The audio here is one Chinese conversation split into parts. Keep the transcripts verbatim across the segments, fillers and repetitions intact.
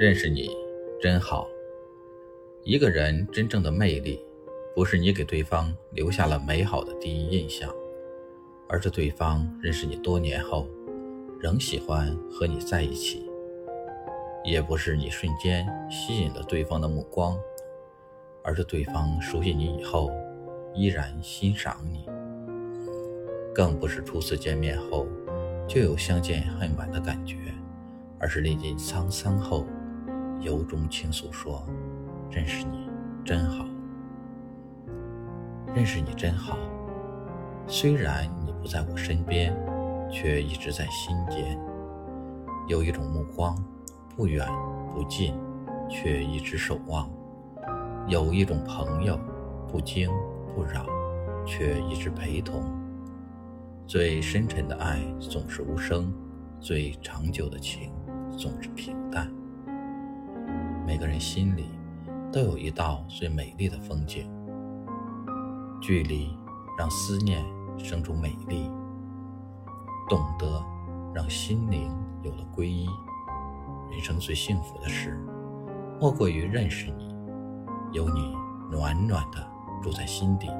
认识你真好。一个人真正的魅力，不是你给对方留下了美好的第一印象，而是对方认识你多年后，仍喜欢和你在一起。也不是你瞬间吸引了对方的目光，而是对方熟悉你以后，依然欣赏你。更不是初次见面后，就有相见恨晚的感觉，而是历尽沧桑后，由衷倾诉说，认识你真好。认识你真好，虽然你不在我身边，却一直在心间。有一种目光，不远不近，却一直守望。有一种朋友，不惊不扰，却一直陪同。最深沉的爱总是无声，最长久的情总是平淡。每个人心里都有一道最美丽的风景，距离让思念生出美丽，懂得让心灵有了皈依。人生最幸福的事，莫过于认识你，有你暖暖的住在心底。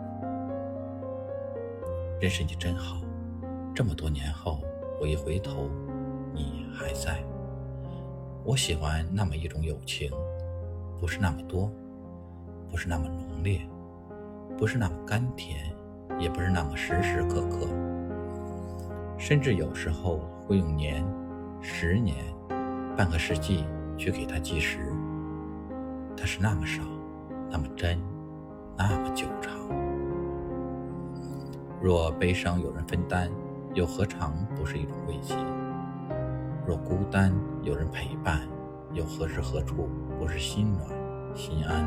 认识你真好，这么多年后，我一回头，你还在。我喜欢那么一种友情，不是那么多，不是那么浓烈，不是那么甘甜，也不是那么时时刻刻，甚至有时候会用年、十年、半个世纪去给它计时。它是那么少，那么真，那么久长。若悲伤有人分担，又何尝不是一种慰藉？若孤单有人陪伴，又何时何处不是心暖心安？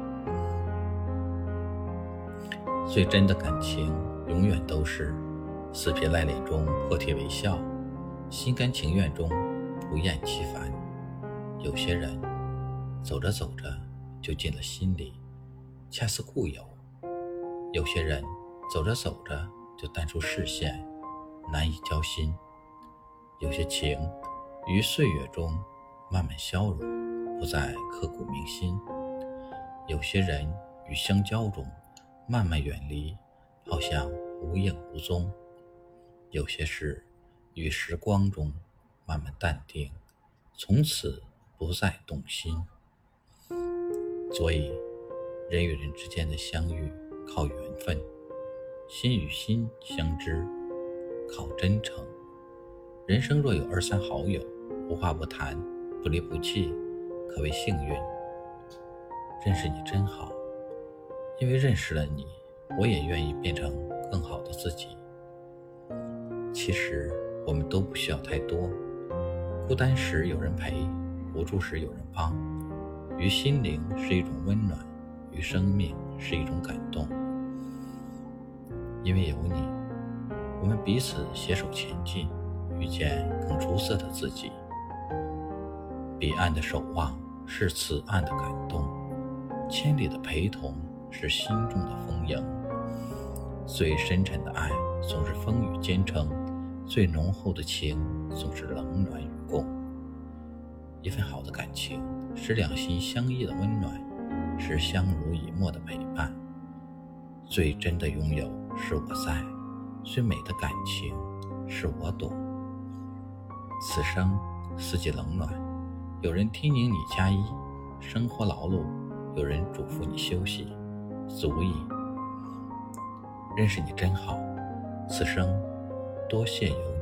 最真的感情永远都是死皮赖脸中破涕为笑，心甘情愿中不厌其烦。有些人走着走着就进了心里，恰似故友；有些人走着走着就淡出视线，难以交心。有些情于岁月中慢慢消融，不再刻骨铭心。有些人于相交中慢慢远离，好像无影无踪。有些事于时光中慢慢淡定，从此不再动心。所以人与人之间的相遇靠缘分，心与心相知靠真诚。人生若有二三好友，无话不谈，不离不弃，可谓幸运。认识你真好，因为认识了你，我也愿意变成更好的自己。其实我们都不需要太多，孤单时有人陪，无助时有人帮，于心灵是一种温暖，于生命是一种感动。因为有你，我们彼此携手前进，遇见更出色的自己。彼岸的守望是此岸的感动，千里的陪同是心中的丰盈。最深沉的爱总是风雨兼程，最浓厚的情总是冷暖与共。一份好的感情是两心相依的温暖，是相濡以沫的陪伴。最真的拥有是我在，最美的感情是我懂。此生四季冷暖，有人听宁你加衣；生活劳碌，有人嘱咐你休息，足矣。认识你真好，此生多谢有